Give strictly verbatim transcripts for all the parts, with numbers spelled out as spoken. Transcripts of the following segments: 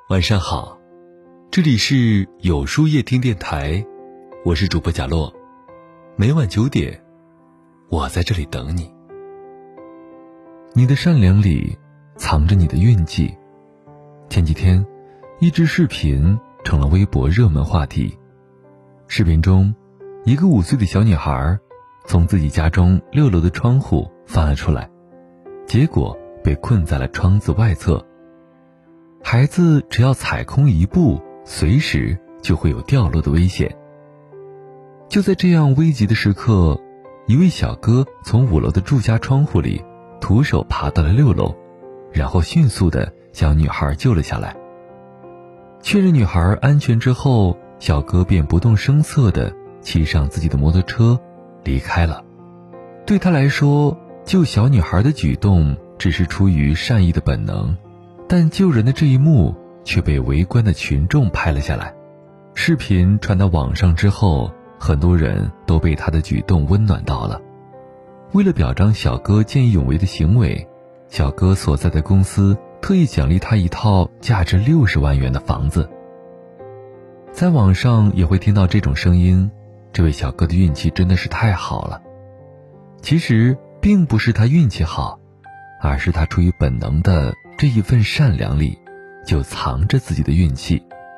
晚上好，这里是有书夜听电台，我是主播贾洛，每晚九点，我在这里等你。你的善良里藏着你的运气。前几天，一支视频成了微博热门话题。视频中，一个五岁的小女孩从自己家中六楼的窗户翻了出来，结果被困在了窗子外侧。孩子只要踩空一步，随时就会有掉落的危险。就在这样危急的时刻，一位小哥从五楼的住家窗户里徒手爬到了六楼，然后迅速地将女孩救了下来。确认女孩安全之后，小哥便不动声色地骑上自己的摩托车离开了。对他来说，救小女孩的举动只是出于善意的本能，但救人的这一幕却被围观的群众拍了下来。视频传到网上之后，很多人都被他的举动温暖到了。为了表彰小哥见义勇为的行为，小哥所在的公司特意奖励他一套价值六十万元的房子。在网上也会听到这种声音，这位小哥的运气真的是太好了。其实并不是他运气好，而是他出于本能的这一份善良里就藏着自己的运气。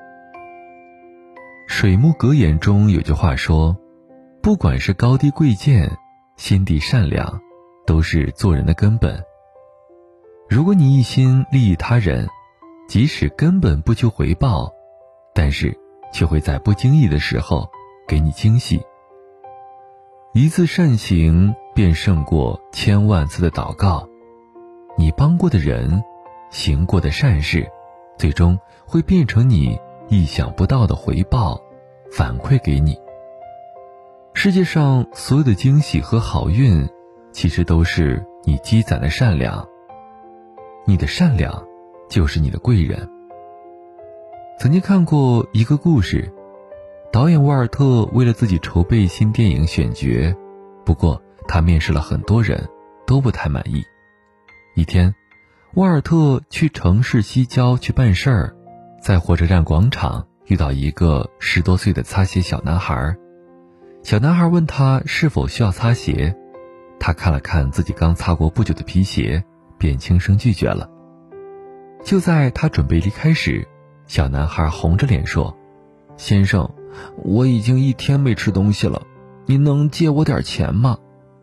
水木格言中有句话说，不管是高低贵贱，心地善良都是做人的根本。如果你一心利益他人，即使根本不求回报，但是却会在不经意的时候给你惊喜。一次善行便胜过千万次的祷告。你帮过的人，行过的善事，最终会变成你意想不到的回报，反馈给你。世界上所有的惊喜和好运，其实都是你积攒的善良。你的善良就是你的贵人。曾经看过一个故事，导演沃尔特为了自己筹备新电影选角，不过他面试了很多人，都不太满意。一天，沃尔特去城市西郊去办事儿，在火车站广场遇到一个十多岁的擦鞋小男孩。小男孩问他是否需要擦鞋，他看了看自己刚擦过不久的皮鞋，便轻声拒绝了。就在他准备离开时，小男孩红着脸说，先生，我已经一天没吃东西了，您能借我点钱吗？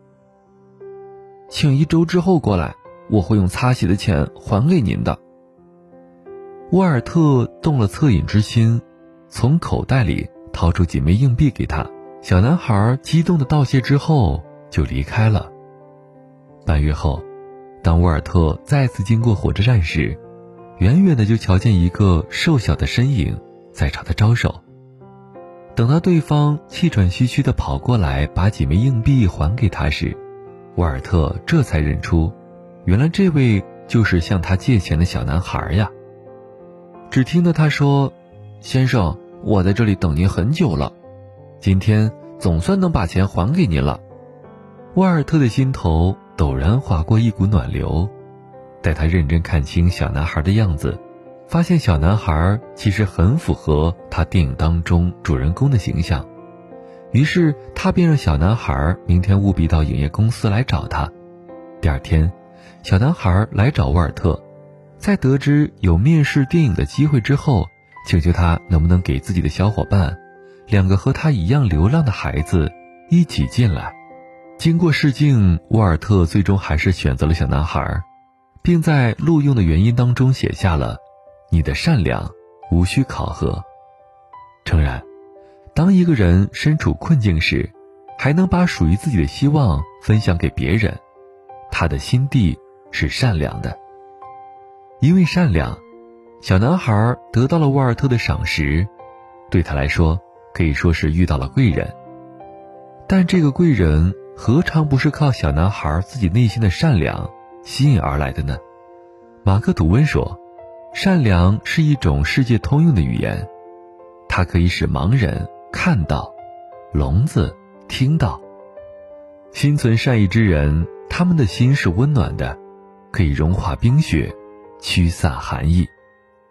请一周之后过来，我会用擦鞋的钱还给您的。沃尔特动了恻隐之心，从口袋里掏出几枚硬币给他。小男孩激动的道谢之后就离开了。半月后，当沃尔特再次经过火车站时，远远的就瞧见一个瘦小的身影在朝他招手。等到对方气喘吁吁地跑过来把几枚硬币还给他时，沃尔特这才认出，原来这位就是向他借钱的小男孩呀。只听得他说，先生，我在这里等您很久了，今天总算能把钱还给您了。沃尔特的心头陡然划过一股暖流。待他认真看清小男孩的样子，发现小男孩其实很符合他电影当中主人公的形象。于是他便让小男孩明天务必到影业公司来找他。第二天，小男孩来找沃尔特，在得知有面试电影的机会之后，请求他能不能给自己的小伙伴两个和他一样流浪的孩子一起进来。经过试镜，沃尔特最终还是选择了小男孩，并在录用的原因当中写下了，你的善良无需考核。诚然，当一个人身处困境时，还能把属于自己的希望分享给别人，他的心地是善良的。因为善良，小男孩得到了沃尔特的赏识，对他来说可以说是遇到了贵人。但这个贵人何尝不是靠小男孩自己内心的善良吸引而来的呢？马克·吐温说，善良是一种世界通用的语言，它可以使盲人看到，聋子听到。心存善意之人，他们的心是温暖的，可以融化冰雪，驱散寒意。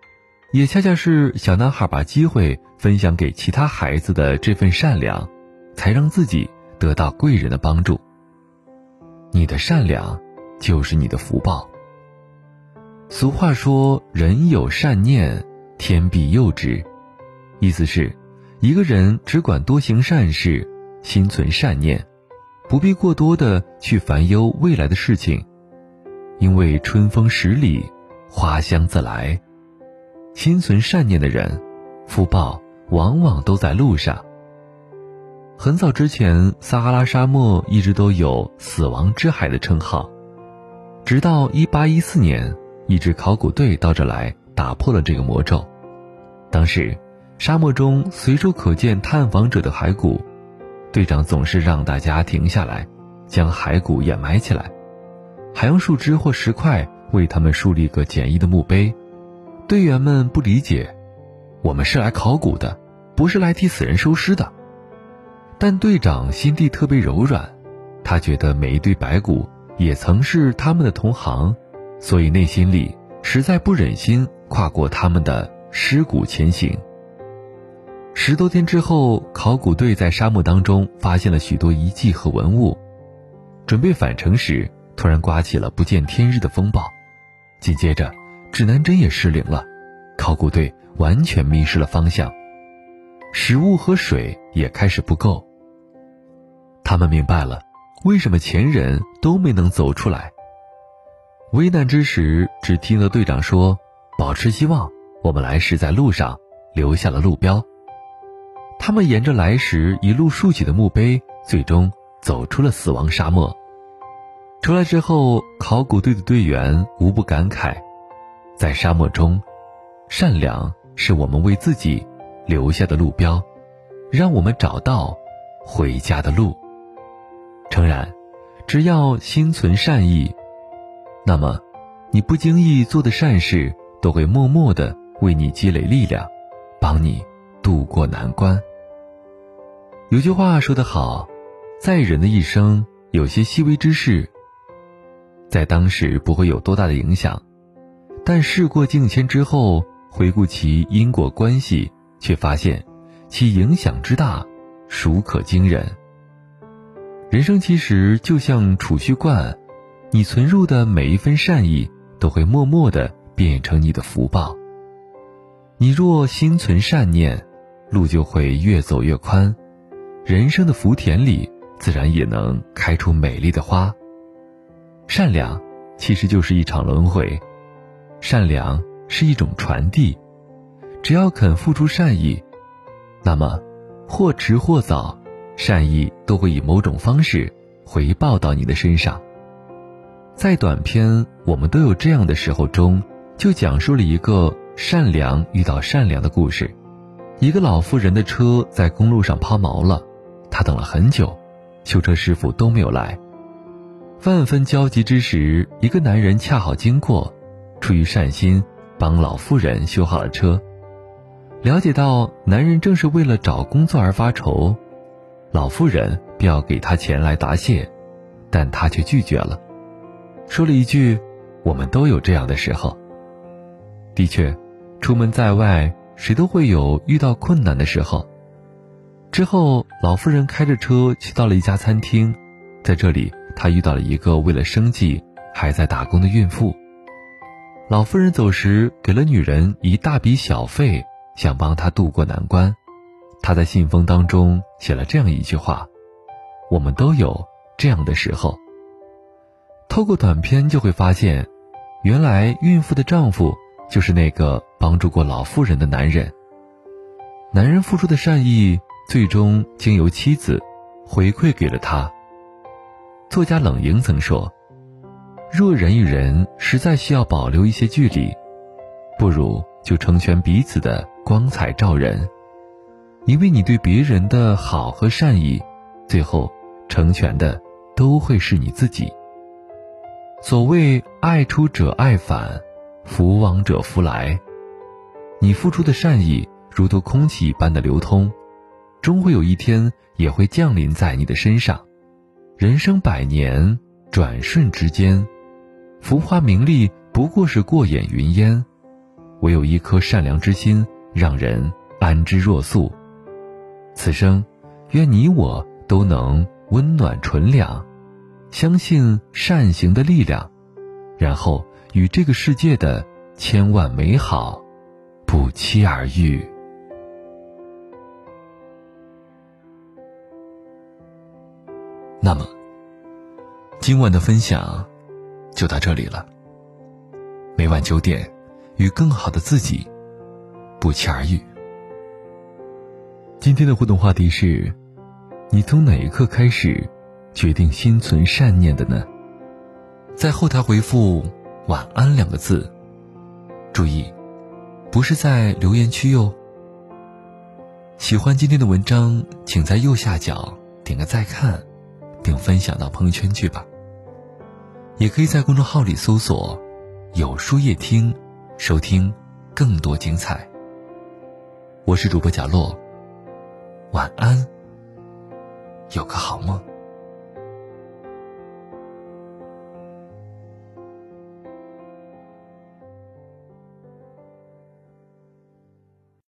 也恰恰是小男孩把机会分享给其他孩子的这份善良，才让自己得到贵人的帮助。你的善良就是你的福报。俗话说，人有善念，天必佑之。意思是，一个人只管多行善事，心存善念，不必过多的去烦忧未来的事情，因为春风十里，花香自来。心存善念的人，福报往往都在路上。很早之前，撒哈拉沙漠一直都有死亡之海的称号，直到一八一四年，一支考古队到这来打破了这个魔咒。当时沙漠中随处可见探访者的骸骨，队长总是让大家停下来，将骸骨掩埋起来，还用树枝或石块为他们树立个简易的墓碑。队员们不理解，我们是来考古的，不是来替死人收尸的。但队长心地特别柔软，他觉得每一堆白骨也曾是他们的同行，所以内心里实在不忍心跨过他们的尸骨前行。十多天之后，考古队在沙漠当中发现了许多遗迹和文物，准备返程时，突然刮起了不见天日的风暴，紧接着指南针也失灵了，考古队完全迷失了方向，食物和水也开始不够。他们明白了为什么前人都没能走出来。危难之时，只听到队长说，保持希望，我们来时在路上，留下了路标。他们沿着来时一路竖起的墓碑，最终走出了死亡沙漠。出来之后，考古队的队员无不感慨，在沙漠中，善良是我们为自己留下的路标，让我们找到回家的路。诚然，只要心存善意，那么你不经意做的善事都会默默地为你积累力量，帮你渡过难关。有句话说得好，在人的一生，有些细微之事在当时不会有多大的影响，但事过境迁之后，回顾其因果关系，却发现其影响之大，孰可惊人。人生其实就像储蓄罐，你存入的每一分善意都会默默地变成你的福报。你若心存善念，路就会越走越宽，人生的福田里自然也能开出美丽的花。善良其实就是一场轮回，善良是一种传递，只要肯付出善意，那么或迟或早，善意都会以某种方式回报到你的身上。在短篇《我们都有这样的时候》中，就讲述了一个善良遇到善良的故事。一个老妇人的车在公路上抛锚了，她等了很久，修车师傅都没有来。万分焦急之时，一个男人恰好经过，出于善心帮老妇人修好了车。了解到男人正是为了找工作而发愁，老妇人便要给他钱来答谢，但他却拒绝了，说了一句，我们都有这样的时候。的确，出门在外，谁都会有遇到困难的时候。之后，老妇人开着车去到了一家餐厅，在这里她遇到了一个为了生计还在打工的孕妇。老妇人走时给了女人一大笔小费，想帮她渡过难关。她在信封当中写了这样一句话，我们都有这样的时候。透过短片就会发现，原来孕妇的丈夫就是那个帮助过老妇人的男人。男人付出的善意，最终经由妻子回馈给了他。作家冷莹曾说，若人与人实在需要保留一些距离，不如就成全彼此的光彩照人，因为你对别人的好和善意，最后成全的都会是你自己。所谓爱出者爱返，福往者福来，你付出的善意如同空气一般的流通，终会有一天也会降临在你的身上。人生百年，转瞬之间，浮华名利不过是过眼云烟， 唯有一颗善良之心，让人安之若素。此生，愿你我都能温暖纯良，相信善行的力量，然后与这个世界的千万美好不期而遇。那么，今晚的分享就到这里了。每晚九点，与更好的自己不期而遇。今天的互动话题是：你从哪一刻开始决定心存善念的呢？在后台回复晚安两个字，注意不是在留言区哟。喜欢今天的文章，请在右下角点个再看，并分享到朋友圈去吧。也可以在公众号里搜索有书夜听，收听更多精彩。我是主播贾洛，晚安，有个好梦。